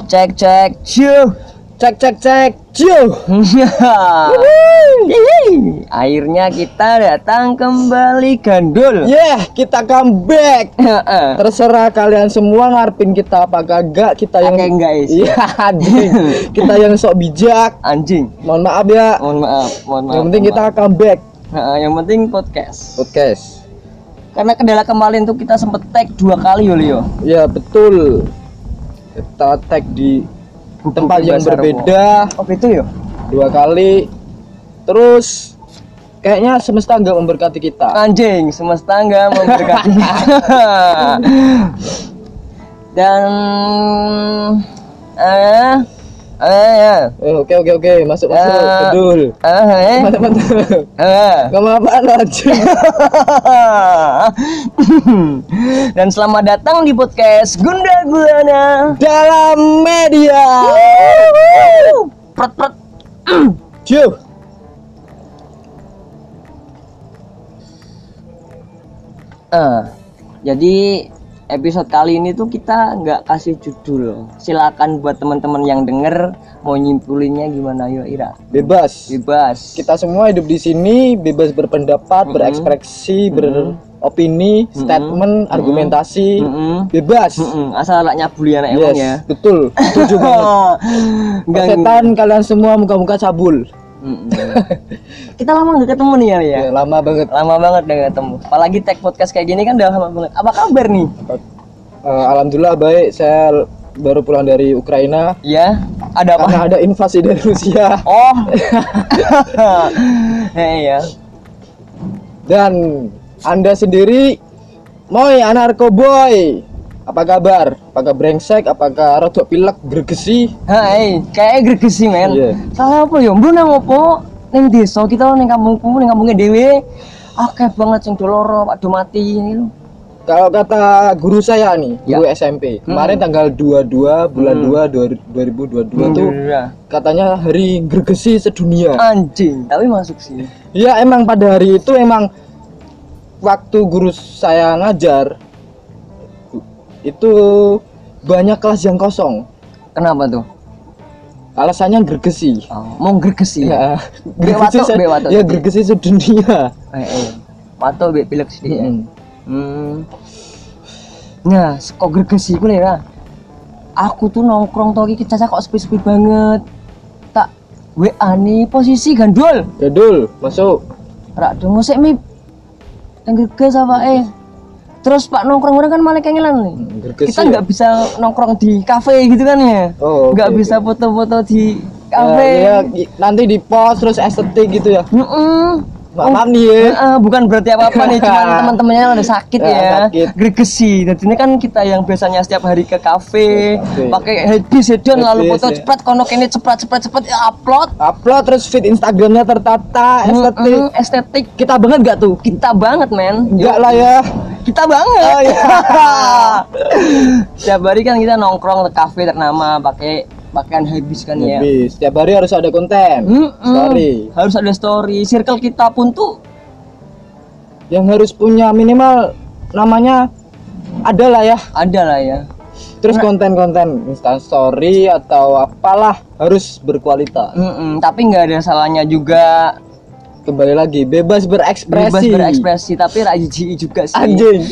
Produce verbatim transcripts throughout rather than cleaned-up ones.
Cek cek ciu. Cek cek cek ciu. Akhirnya kita datang kembali Gandul. Yeah, kita comeback. Terserah kalian semua ngarepin kita apa kagak, kita yang Oke, enggak is. Iya, anjing. Kita yang sok bijak. Anjing. Mohon maaf ya. Mohon maaf, mohon maaf. Yang penting mohon kita maaf. comeback. Nah, yang penting podcast. Podcast. Karena kendala kemarin tuh kita sempet tag dua kali yo Leo. Ya betul. Kita tag di tempat yang berbeda. Oh itu yo. Dua kali. Terus kayaknya semesta nggak memberkati kita. Anjing, semesta nggak memberkati. Dan eh eh ya. Eh, oke oke oke, masuk masuk. Eh, Bedul. Eh. Mantap mantap. Eh. Gak apa-apa aja. Dan selamat datang di podcast Gunda Gulana Dalam media. Pret pret. Ciu. Eh, jadi episode kali ini tuh kita nggak kasih judul. Silakan buat teman-teman yang denger mau nyimpulinnya gimana, yuk Ira. Bebas. Bebas. Kita semua hidup di sini bebas berpendapat, Mm-hmm. berekspresi, beropini, Mm-hmm. statement, Mm-hmm. argumentasi, Mm-mm. bebas. Mm-mm. Asal anak nyabuli anak emang Yes, ya. betul. Setuju banget. Enggak, Setan kalian semua muka-muka cabul. Mm-mm. Kita lama nggak ketemu nih ya, Li, ya. Ya, lama banget. Lama banget nggak ketemu. Apalagi tag podcast kayak gini kan udah lama banget. Apa kabar nih? Uh, Alhamdulillah baik. Saya baru pulang dari Ukraina. Ya, ada apa? Karena ada invasi dari Rusia. Oh. Hei ya. Dan Anda sendiri, Moy anarko boy. Apa kabar? Apakah brengsek? Apakah rodok pilek gregesi? Hai, kayak gregesi men. Iya. Salah apa ya? Mbok nang opo? Ning desa kita ning kampungku, ning kampungnya dhewe. Akeh banget sing doloro, Pak do mati ini. Kalau kata guru saya nih, Ya. guru S M P, kemarin tanggal dua puluh dua bulan Hmm. dua dua ribu dua puluh dua tuh Alhamdulillah. katanya hari gregesi sedunia. Anjing, tapi masuk sih. Ya emang pada hari itu emang waktu guru saya ngajar itu banyak kelas yang kosong. Kenapa tuh? Alasannya gregesi. Oh, mau gregesi. Ya, Be watuk, se- be watuk. ya gregesi sedunia. Eh, eh. Wato be pilek sih. Hmm. Hmm. Nah, kok gregesi ku ya. Aku tuh nongkrong toh iki caca kok sepi-sepi banget. Tak W A nih posisi gandul. Jadul, masuk. Rak dong ngosek mi. Yang greges apa eh. Terus Pak nongkrong orang kan malah kangelan nih. Hmm, gregesi Kita ya? nggak bisa nongkrong di kafe gitu kan ya. Oh, Nggak oke, bisa oke. foto-foto di Ya, kafe. ya, i- nanti di post terus estetik gitu ya. Mm-mm. Maaf nih ya. Eh, bukan berarti apa-apa nih, cuma teman-temannya udah sakit Ya, ya. sakit. Gregesi. Dan ini kan kita yang biasanya setiap hari ke kafe, Ke kafe. pakai headpiece headphone lalu Headpiece, foto ya. cepat, kono kene cepat cepat cepat ya, upload. Upload terus feed Instagramnya tertata, estetik. Mm-mm, estetik. Kita banget gak tuh? Kita banget, men. Enggak lah ya. Kita banget. Oh, iya. Setiap hari kan kita nongkrong ke kafe ternama pakai pakaian habis kan ya. Habis. Setiap hari harus ada konten. Mm-mm. Story. Harus ada story. Circle kita pun tuh Yang harus punya minimal namanya ada lah ya. ada lah ya. Terus konten-konten Insta story atau apalah harus berkualitas. Mm-mm, tapi nggak ada salahnya juga. Kembali lagi bebas berekspresi. Bebas berekspresi, tapi rajiji juga sih. Anjing.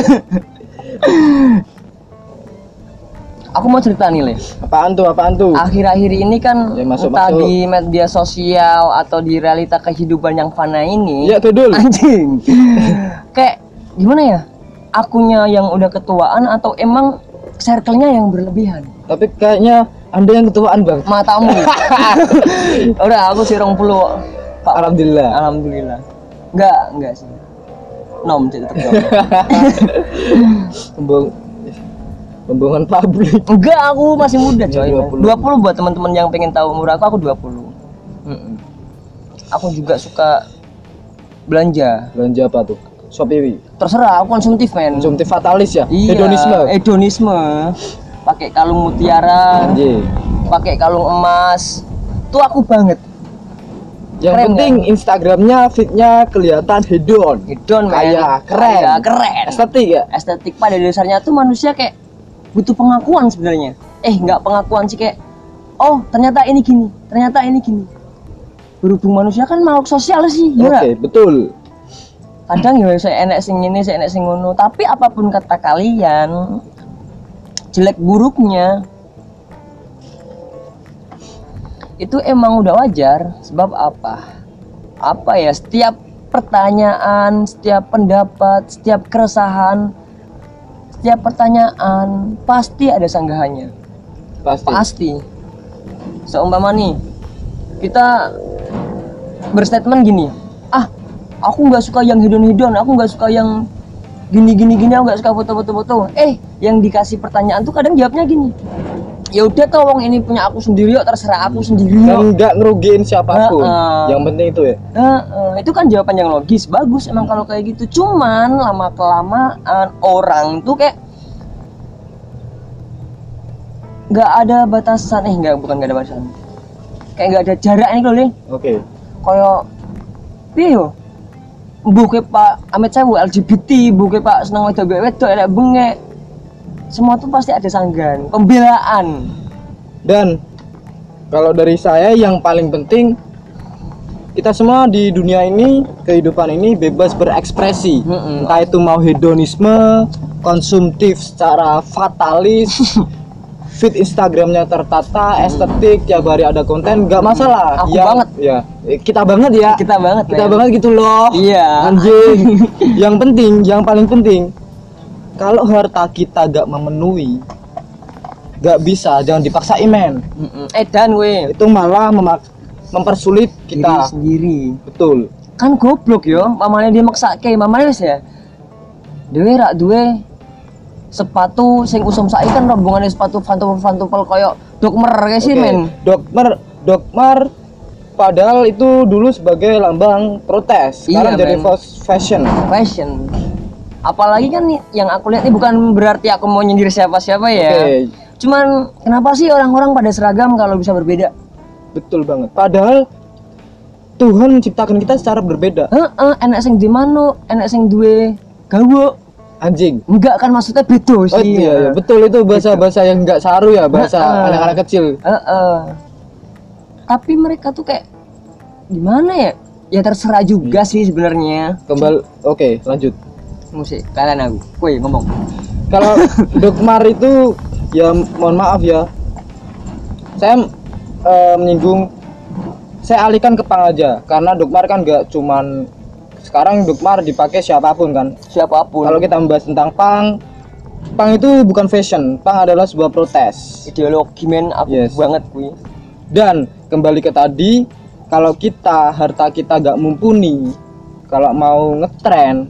Aku mau cerita nih, Le. Apaan tuh? Apaan tuh? Akhir-akhir ini kan Ya, masuk, entah masuk. di media sosial atau di realita kehidupan yang fana ini. Iya, Gedul. Anjing. Kayak gimana ya? Akunya yang udah ketuaan atau emang circle-nya yang berlebihan? Tapi kayaknya Anda yang ketuaan, Bang. Matamu. Udah, aku sih rong puluh. Pak. Alhamdulillah. Alhamdulillah. Enggak, enggak sih. Nom, tetep nom. Pembong pembohongan publik. Enggak, aku masih muda coy. dua puluh. dua puluh buat teman-teman yang pengen tahu umur aku, aku dua puluh. Mm-mm. Aku juga suka belanja. Belanja apa tuh? Shopee. Terserah, aku konsumtif men. Konsumtif fatalis ya? Iya, Hedonisme. Hedonisme. Pakai kalung mutiara, Anjing. pakai kalung emas. Tuh aku banget. Yang Keren, penting Instagramnya fitnya kelihatan hedon. Hedon men. Kaya, keren. Kaya, keren. Estetik ya? Estetik pada dasarnya tuh manusia kayak butuh pengakuan sebenarnya. eh nggak pengakuan sih kayak oh ternyata ini gini, ternyata ini gini. Berhubung manusia kan makhluk sosial sih, Oke, ya. betul. Kadang ya saya enek sing ini, saya enek sing ngono. Tapi apapun kata kalian, jelek buruknya itu emang udah wajar. Sebab apa? Apa ya? Setiap pertanyaan, setiap pendapat, setiap keresahan, setiap pertanyaan pasti ada sanggahannya. Pasti. Pasti. Seumpama nih kita berstatement gini, ah aku nggak suka yang hedon-hedon, aku nggak suka yang gini-gini gini, aku nggak suka foto-foto-foto. Eh, yang dikasih pertanyaan tuh kadang jawabnya gini, ya udah tolong ini punya aku sendiri, yuk terserah aku sendiri. Dan nggak ngerugiin siapapun. Uh, uh. Yang penting itu ya. Uh, uh, itu kan jawaban yang logis, bagus emang kalau kayak gitu. Cuman lama kelamaan orang tuh kayak nggak ada batasan, eh nggak bukan nggak ada batasan, kayak nggak ada jarak nih loh nih. Oke. Kayak piye yo? Buke Pak Amit Sewu L G B T, buke Pak seneng wedok wedok elek bengek. Semua tuh pasti ada sanggahan, pembelaan. Dan kalau dari saya yang paling penting, kita semua di dunia ini, kehidupan ini bebas berekspresi. Mm-mm. Entah itu mau hedonisme, konsumtif secara fatalis, feed Instagramnya tertata, estetik, tiap hari ada konten, nggak masalah. Aku Yang- banget. Ya, eh, kita banget ya. Kita banget, Kita men. banget gitu loh. Iya. Anjing. Yang penting, yang paling penting, kalau harta kita gak memenuhi, gak bisa, jangan dipaksain men. Mm-mm. Edan we Itu malah memak- mempersulit diri kita. sendiri. Betul. Kan goblok yo, mamanya dia maksake, mamanya wis ya. Dewe rak duwe sepatu sing usum saiki kan rombongane sepatu pantopel-pantopel koyo dokmer kayak sih Oke. men. Dokmer, dokmer padahal itu dulu sebagai lambang protes. Iya, Sekarang jadi men. fast fashion. Fashion. Apalagi kan nih, yang aku lihat ini bukan berarti aku mau nyindir siapa-siapa ya. Oke. Cuman kenapa sih orang-orang pada seragam kalau bisa berbeda? Betul banget. Padahal Tuhan menciptakan kita secara berbeda. Heeh, enak sing di mano, enak sing duwe gawo. Anjing. Enggak kan maksudnya beda Oh sih. iya, iya, betul itu bahasa-bahasa yang nggak saru ya, bahasa Heeh. anak-anak kecil. Heeh. Tapi mereka tuh kayak gimana ya? Ya terserah juga Hmm. sih sebenarnya. Kembali, oke, lanjut. Musik kalian aku. Woi ngomong. Kalau dokmar itu ya mohon maaf ya, saya eh, menyinggung, saya alihkan ke pang aja karena dokmar kan nggak cuman sekarang dokmar dipakai siapapun kan. Siapapun. Kalau kita membahas tentang pang, pang itu bukan fashion, pang adalah sebuah protes. ideologi men aku Yes. banget kuy. Dan kembali ke tadi, kalau kita harta kita gak mumpuni, kalau mau ngetren,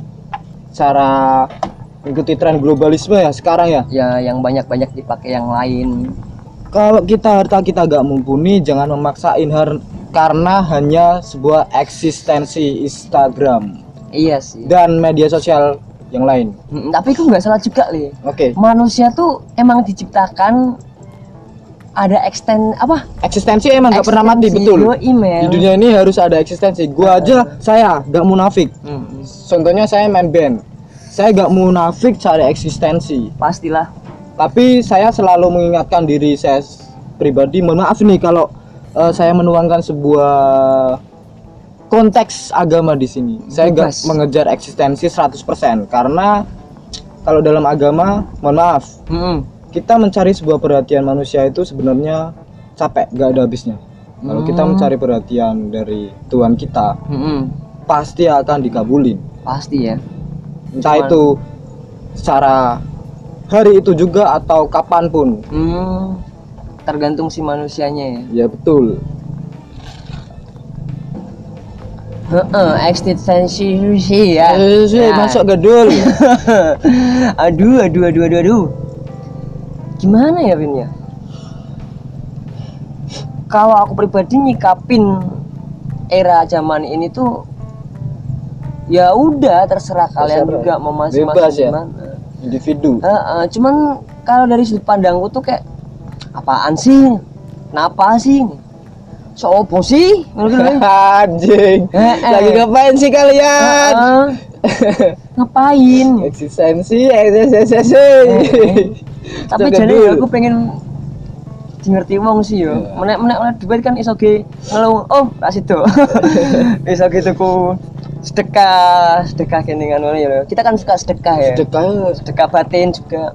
cara mengikuti tren globalisme ya sekarang ya. Ya yang banyak-banyak dipakai yang lain. Kalau kita harta kita gak mumpuni, jangan memaksain har karena hanya sebuah eksistensi Instagram Iya sih. dan media sosial yang lain. Hmm, tapi aku nggak salah juga li. Oke, Manusia tuh emang diciptakan ada extend apa? eksistensi emang gak pernah mati, Eksistensi, betul. yoi, men. Di dunia ini harus ada eksistensi. Gua aja, saya gak munafik. Hmm, Contohnya saya main band, saya gak munafik cari eksistensi, pastilah. tapi saya selalu mengingatkan diri saya s- pribadi, mohon maaf nih kalau eh, saya menuangkan sebuah konteks agama di sini. Saya gak Bebas. mengejar eksistensi seratus persen karena kalau dalam agama, mohon maaf, Hmm. kita mencari sebuah perhatian manusia itu sebenarnya capek, gak ada habisnya. Kalau kita Hmm. mencari perhatian dari Tuhan kita, Hmm, pasti akan dikabulin. pasti ya. Entah Cuman- itu secara hari itu juga atau kapanpun. Hmm, tergantung si manusianya ya. Ya betul. Heeh, eksistensi ya. Eh, sih, Nah. masuk gedul. aduh, aduh, aduh, aduh, aduh. Gimana ya Vin ya? Kalau aku pribadi nyikapin era zaman ini tuh ya udah terserah kalian Terserah. juga mau masing-masing Bebas ya? gimana. Individu. Heeh, cuman kalau dari sudut pandangku tuh kayak apaan sih? Kenapa sih? Sopo sih? Ngono gitu, Vin. Anjing. Eh, eh. Lagi ngapain sih kalian? Heeh. Ngapain? Eksistensi, eksistensi. Tapi Masuk jadi gedul. aku pengen ngerti wong sih yo. Iya. Menek-menek oleh duit kan iso ge ngeluh. Oh, ra sido. Iso ge tuku sedekah, sedekah kene ngono ya. Kita kan suka sedekah ya. Sedekah Sedekah batin juga.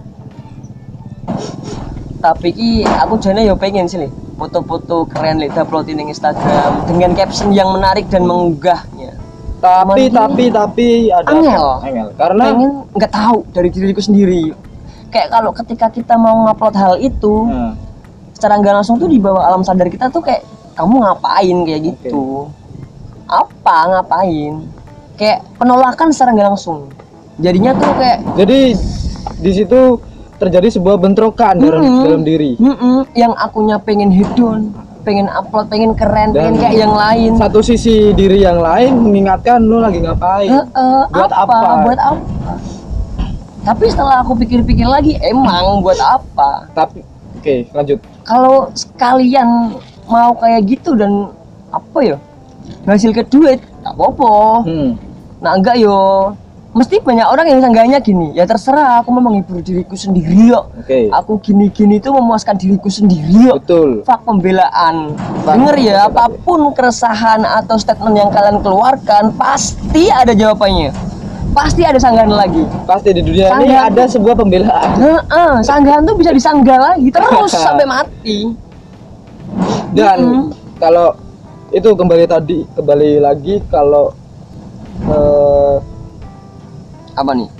Tapi ki aku jane yo pengen sih nih foto-foto keren lek upload ning Instagram dengan caption yang menarik dan menggugahnya. tapi Cuman tapi tapi ada angel. angel. Karena Pengen nggak tahu dari diriku sendiri. Kayak kalau ketika kita mau ngupload hal itu, nah, secara nggak langsung tuh di bawah alam sadar kita tuh kayak kamu ngapain kayak gitu. Apa ngapain? Kayak penolakan secara nggak langsung. Jadinya tuh kayak jadi di situ terjadi sebuah bentrokan dalam Mm-mm. dalam diri. Mm-mm, yang akunya pengen hedon, pengen upload, pengen keren, Dan pengen kayak yang lain. Satu sisi diri yang lain mengingatkan lu lagi ngapain. Heeh, Buat apa? apa? Buat apa? Tapi setelah aku pikir-pikir lagi, emang buat apa? Tapi oke, lanjut. Kalau sekalian mau kayak gitu dan apa ya? Hasil ke duit, tak apa-apa. Hmm. Nah enggak yo. Mesti banyak orang yang sanggahnya gini. Ya terserah, aku mau menghibur diriku sendiri kok. Oke. Aku gini-gini tuh memuaskan diriku sendiri kok. Betul. Fak pembelaan. Fak Denger ya, pembelaan. apapun keresahan atau statement yang kalian keluarkan, pasti ada jawabannya. Pasti ada sanggahan lagi. Pasti di dunia ini Sanggahan. ada sebuah pembelaan. Heeh, sanggahan tuh bisa disanggah lagi terus sampai mati. Dan Mm-mm. kalau itu kembali tadi kembali lagi kalau eh, Apa nih?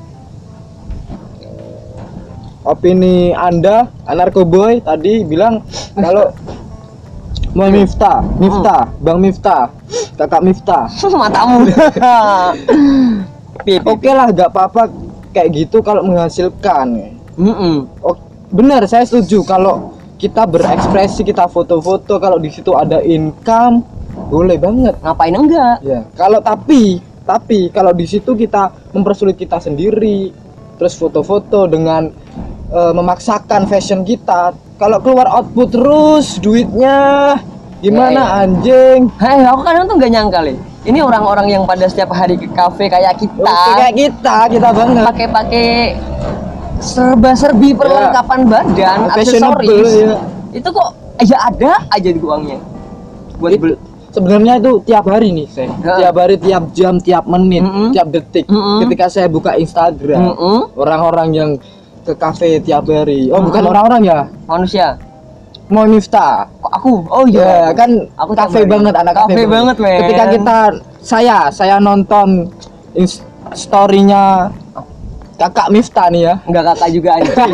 opini Anda Anarkoboy tadi bilang kalau mau Miftah, Miftah, Bang Miftah, Kakak Miftah. Matamu. Pi, pi, pi. Oke lah, gak apa-apa kayak gitu kalau menghasilkan. Mm-mm. Oh, benar, saya setuju kalau kita berekspresi, kita foto-foto, kalau di situ ada income, boleh banget. Ngapain enggak? Ya, kalau tapi tapi kalau di situ kita mempersulit kita sendiri, terus foto-foto dengan eh, memaksakan fashion kita, kalau keluar output terus duitnya gimana Ya, ya. anjing? Hei, aku kadang tuh nggak nyangka nih. Ini orang-orang yang pada setiap hari ke kafe kayak kita, Oke, kayak kita, kita banget. pakai-pakai serba-serbi perlengkapan badan, Fashionable, aksesoris. ya. Itu kok ya ada aja di uangnya. Buat It- beli. Sebenarnya itu tiap hari nih, saya. Ya. Tiap hari, tiap jam, tiap menit, Mm-mm. tiap detik. Mm-mm. Ketika saya buka Instagram, Mm-mm. orang-orang yang ke kafe tiap hari. Oh, Mm-mm. bukan orang-orang ya. Manusia. Mau Miftah. Kok aku? Oh Ya, iya. kan Aku kafe tiap hari. banget, anak kafe, Kafe banget, men. Ketika kita saya saya nonton ins- story-nya Kakak Miftah nih ya. Enggak kakak juga anjing.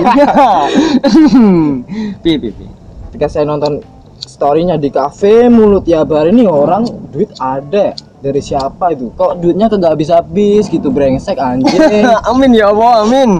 Pi, pi, pi. Ketika saya nonton story-nya di kafe mulu tiap hari nih, orang duit ada. Dari siapa itu? Kok duitnya kagak habis-habis gitu, brengsek anjing. Amin ya Allah, amin.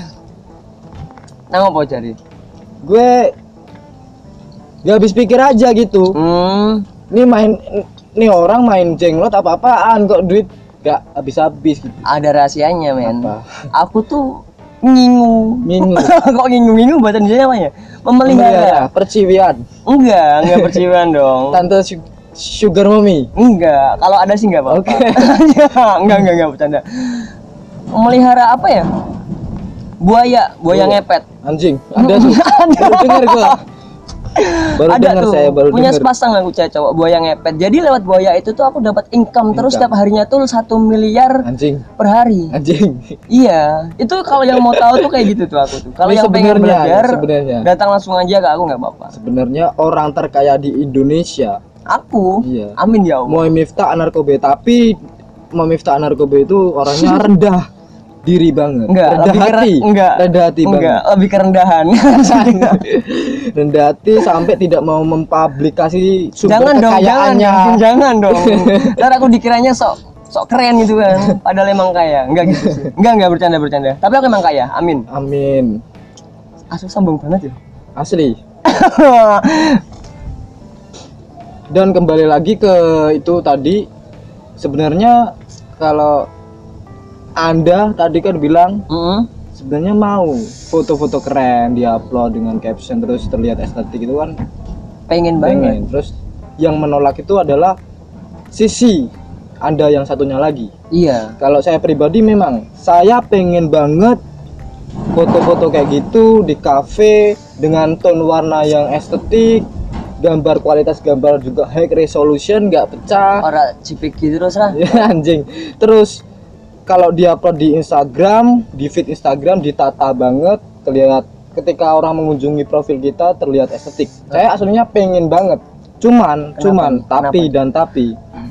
Nang apa cari? Gue gak habis pikir aja gitu. Hmm. Ini main nih orang main jenglot apa-apaan kok duit gak habis-habis gitu. Ada rahasianya, men. Apa? Aku tuh ngingu. Ngingu. Kok ngingu-ngingu bahasa Indonesia apa ya? Memelihara. Perciwian. Enggak, enggak perciwan dong. Tante su- sugar mommy. Enggak, kalau ada sih enggak apa-apa. Oke. enggak, enggak, enggak bercanda. Memelihara apa ya? Buaya, buaya Buaya. ngepet. Anjing, ada tuh. Baru denger gua. Baru ada denger tuh, saya baru punya denger. sepasang aku cewek cowok buaya ngepet. Jadi lewat buaya itu tuh aku dapat income terus Income. setiap harinya tuh satu miliar Anjing, per hari. anjing. Iya, itu kalau yang mau tahu tuh kayak gitu tuh aku tuh. Kalau Ini yang pengen sebenarnya, belajar, sebenarnya. datang langsung aja ke aku nggak apa-apa. Sebenarnya orang terkaya di Indonesia, Aku, Iya. amin ya Allah. Moy Miftah Anarkobe, tapi Moy Miftah Anarkobe itu orangnya rendah diri banget. Enggak, rendah lebih keren- hati. enggak. Rendah hati Enggak, banget. lebih kerendahan. Rendah hati sampai tidak mau mempublikasi sumber jangan dong, jangan, kekayaannya. dong, jangan dong. Ntar aku dikiranya sok sok keren gitu kan, padahal emang kaya. Enggak gitu sih. Enggak, enggak bercanda bercanda. Tapi aku emang kaya, amin. Amin. Asu sombong banget ya. Asli. Dan kembali lagi ke itu tadi, sebenarnya kalau Anda tadi kan bilang Heeh. sebenarnya mau foto-foto keren diupload dengan caption terus terlihat estetik itu kan Pengen banget. pengen. Terus yang menolak itu adalah sisi Anda yang satunya lagi. Iya. Kalau saya pribadi memang saya pengen banget foto-foto kayak gitu di kafe dengan tone warna yang estetik, gambar kualitas gambar juga high resolution, nggak pecah. Ora J P G terus lah. Ya, anjing. Terus kalau diupload di Instagram, di feed Instagram ditata banget, terlihat ketika orang mengunjungi profil kita terlihat estetik. Saya aslinya pengen banget. Cuman, Kenapa? cuman tapi Kenapa? dan tapi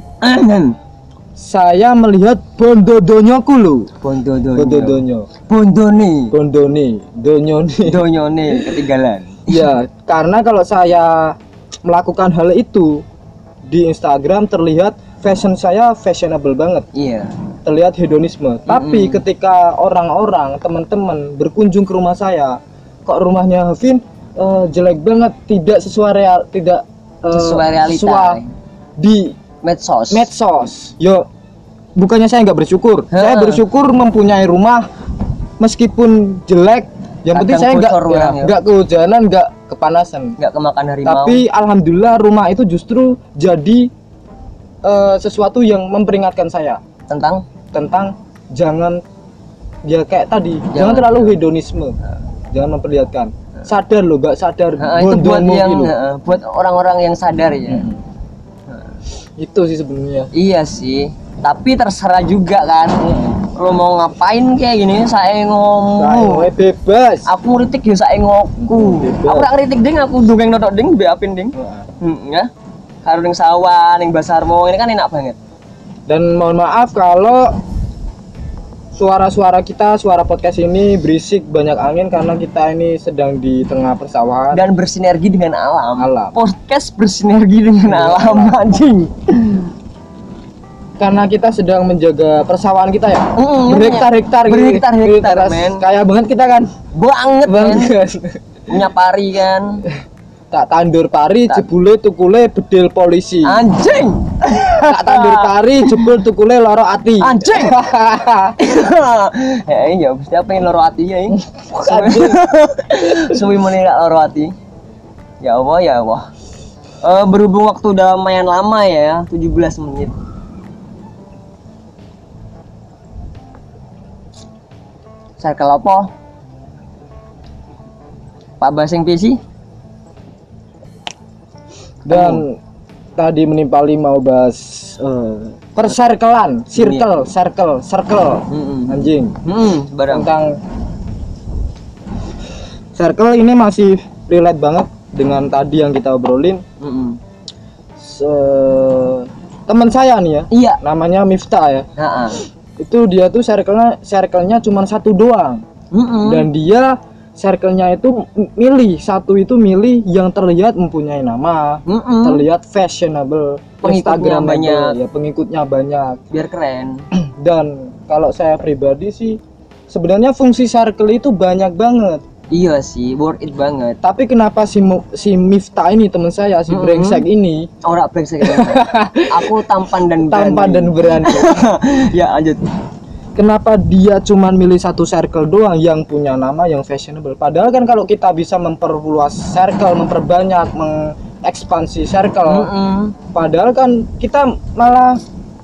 saya melihat bondodonyoku lho. Bondo donyo. Bondodonyo. Bondone. Bondone, donyone. Donyone ketinggalan. Ya, karena kalau saya melakukan hal itu di Instagram terlihat fashion saya fashionable banget. Iya. Terlihat hedonisme. Tapi ketika orang-orang, teman-teman berkunjung ke rumah saya, kok rumahnya Havin eh, jelek banget, tidak sesuai real, tidak eh, Sesuai realita. sesuai di Medsos. medsos. Yo, bukannya saya nggak bersyukur. Ha. Saya bersyukur mempunyai rumah meskipun jelek. Yang penting Kadang saya nggak bocor ya, orang ya. nggak kehujanan, nggak kepanasan. Nggak kemakan harimau. Tapi alhamdulillah rumah itu justru jadi eh, sesuatu yang memperingatkan saya tentang tentang jangan ya kayak tadi jangan, Jangan. terlalu hedonisme, jangan memperlihatkan. Sadar loh, mbak sadar. Nah, itu buat bondonmu yang gitu. heeh, buat orang-orang yang sadar ya. Hmm. Itu sih sebenarnya. Iya sih. Tapi terserah juga kan. Lo mau ngapain kayak gini saya ngomong. Saya bebas. Aku ngeritik ya saya ngoku. Bebas. Aku gak ngeritik ding, aku dongeng nodok ding, beapin ding. Hmm, ya. Karo ning sawah, ning Basarmo ini kan enak banget. Dan mohon maaf kalau suara-suara kita, suara podcast ini berisik, banyak angin karena kita ini sedang di tengah persawahan. Dan bersinergi dengan alam. Alam. Podcast bersinergi dengan Dengan alam alam. anjing. Karena kita sedang menjaga persawahan kita ya. Mm, Berhektar-hektar gitu. berhektar-hektar, Kita men. Kaya banget kita kan. Banget men. Banget. Punya pari kan. Tak tandur pari, Tak- jebule tukule bedil polisi. Anjing. Tak tandur pari, jebul tukule loro ati. Anjing. Ya iya, mesti apa yang loro hati ya ini. Anjing. Suwi meni gak loro hati. Ya Allah, ya Allah. Eh, berhubung waktu udah lumayan lama ya, tujuh belas menit. Circle apa? Pak Basing P C? Dan tadi menimpali mau bahas eh, persirkelan, circle, circle, circle. Mm-mm. Anjing. Hmm, barang. Tentang circle ini masih relate banget dengan tadi yang kita obrolin. Mm-mm. Se- teman saya nih ya, Iya. namanya Miftah ya. Heeh. Itu dia tuh circle-nya circle-nya cuma satu doang. Mm-mm. Dan dia circle-nya itu milih satu itu milih yang terlihat mempunyai nama, Mm-mm. terlihat fashionable, Pengikutnya Instagramable, banyak. ya pengikutnya banyak. Biar keren. Dan kalau saya pribadi sih sebenarnya fungsi circle itu banyak banget. Iya sih, worth it banget. Tapi kenapa si Mu- si Miftah ini teman saya si Mm-mm. brengsek ini Ora brengsek. Aku tampan dan berani. tampan dan berani? Ya lanjut. Kenapa dia cuman milih satu circle doang yang punya nama yang fashionable? Padahal kan kalau kita bisa memperluas circle, memperbanyak, mengekspansi circle, Mm-mm. padahal kan kita malah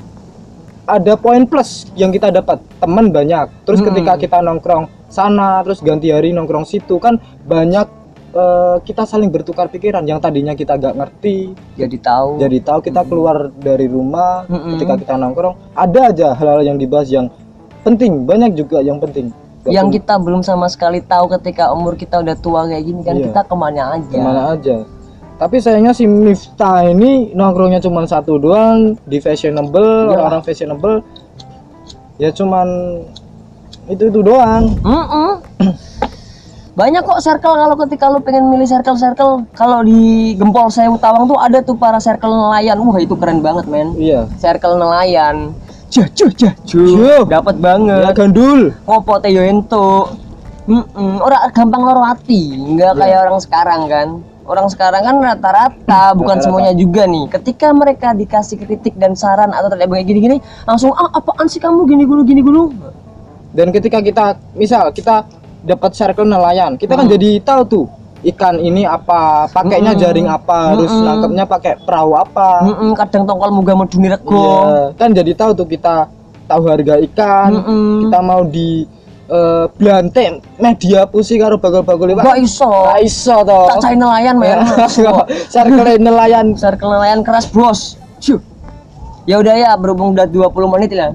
ada poin plus yang kita dapat, teman banyak. Terus Mm-mm. ketika kita nongkrong sana, terus ganti hari nongkrong situ kan banyak eh, kita saling bertukar pikiran yang tadinya kita gak ngerti. Jadi tahu. Jadi tahu kita keluar dari rumah, Mm-mm. ketika kita nongkrong ada aja hal-hal yang dibahas yang penting, banyak juga yang penting. Gak yang cuma kita belum sama sekali tahu ketika umur kita udah tua kayak gini kan, Iya. kita kemana aja. kemana aja. Tapi sayangnya si Miftah ini nongkrongnya cuma satu doang di fashionable, Iya. orang-orang fashionable ya cuman itu itu doang. Mm-mm. Banyak kok circle, kalau ketika lu pengen milih circle-circle, kalau di Gempol Sewu Tawang tuh ada tuh para circle nelayan. Wah, itu keren banget, men. Iya. Circle nelayan. Jah, jah, jah, Juh. dapat Ya banget. gandul. Ngopo teh yo entuk. Heeh, ora gampang loro hati, enggak Iya. kayak orang sekarang kan. Orang sekarang kan rata-rata, bukan Rata-rata. semuanya juga nih. Ketika mereka dikasih kritik dan saran atau terlihat kayak gini-gini, langsung ah apaan sih kamu gini gulu gini gulu. Dan ketika kita misal kita dapat circle nelayan, kita kan Hmm. jadi tahu tuh ikan ini apa, pakainya Mm-mm. jaring apa, harus Mm-mm. nangkepnya pakai perahu apa. Heeh, kadang tongkol muga meduni rego. Iya, kan jadi tahu tuh kita tahu harga ikan, Mm-mm. kita mau di eh blantek media pusi karo bakul-bakul Pak. Gak iso. Gak iso to. Tak cai nelayan men. Circle nelayan. Circle nelayan keras bos. Cuh. Ya udah ya, berhubung udah dua puluh menit ya.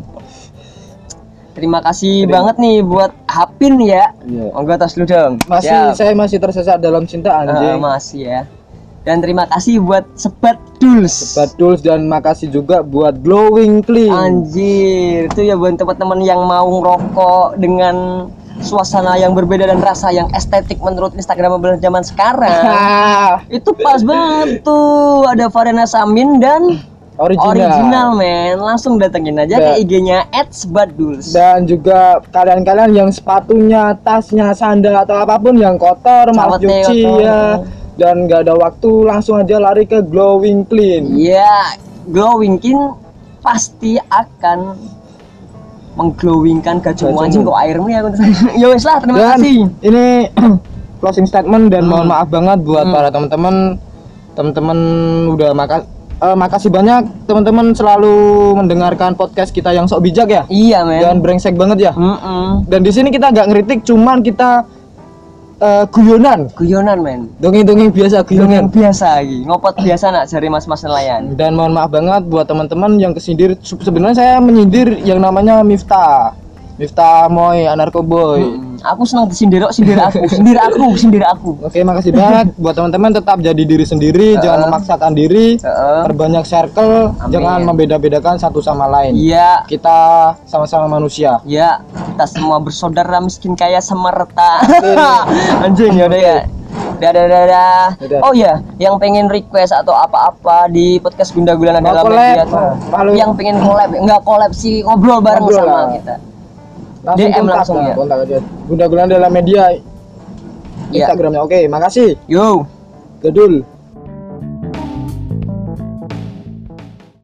Terima kasih Terima. banget nih buat Hapin ya. Iya. Monggo tas lu dong. Masih Siap. saya masih tersesat dalam cinta Eh, anjing. masih ya. Dan terima kasih buat Sebat Duls. Betul, dan makasih juga buat Glowing Clean. Anjir, itu ya buat teman-teman yang mau ngerokok dengan suasana yang berbeda dan rasa yang estetik menurut Instagramable zaman sekarang. Itu pas banget tuh, ada varian Samin dan Original. original men. Langsung datengin aja Da- ke I G-nya et sebat duls. Dan juga kalian-kalian yang sepatunya, tasnya, sandal atau apapun yang kotor, malas Cawetnya cuci kotor. ya, dan nggak ada waktu, langsung aja lari ke Glowing Clean. Iya, glowing kin pasti akan mengglowingkan gajimu. Gajimu. Anjing kok airmu ya. Ya wes lah, terima Dan kasih. ini closing statement dan Hmm. mohon maaf banget buat Hmm. para teman-teman, teman-teman udah maka eh, makasih banyak teman-teman selalu mendengarkan podcast kita yang sok bijak ya, Iya men. dan brengsek banget ya. Mm-mm. Dan di sini kita nggak ngeritik, cuman kita eh, guyonan, Guyonan men. dongeng-dongeng biasa, Guyonan guyonan. biasa lagi, ngopot biasa nak jari mas-mas nelayan. Dan mohon maaf banget buat teman-teman yang kesindir. Se- Sebenarnya saya menyindir yang namanya Miftah, Miftah Moy, Anarko Boy. Mm-mm. Aku senang disindir, kok, sindir aku, sindir aku, sindir aku. Oke, makasih banget buat teman-teman, tetap jadi diri sendiri, jangan memaksakan diri, Heeh. perbanyak circle, Amin. jangan membeda-bedakan satu sama lain. Iya, Kita sama-sama manusia. ya kita semua bersaudara miskin kaya sama reta. Anjing ya udah ya. Dadah, dadah. Dadah. Oh ya, yang pengen request atau apa-apa di podcast Gunda Gulana Mau dalam collab, media tuh. malu- Yang pengen collab, enggak collab sih, ngobrol bareng Ngobrol sama lah. kita. Langsung D M kontak, langsung lah, ya. kontak aja. Guna-guna dalam media Iya. Instagramnya. Oke, makasih. Yo. Gedul.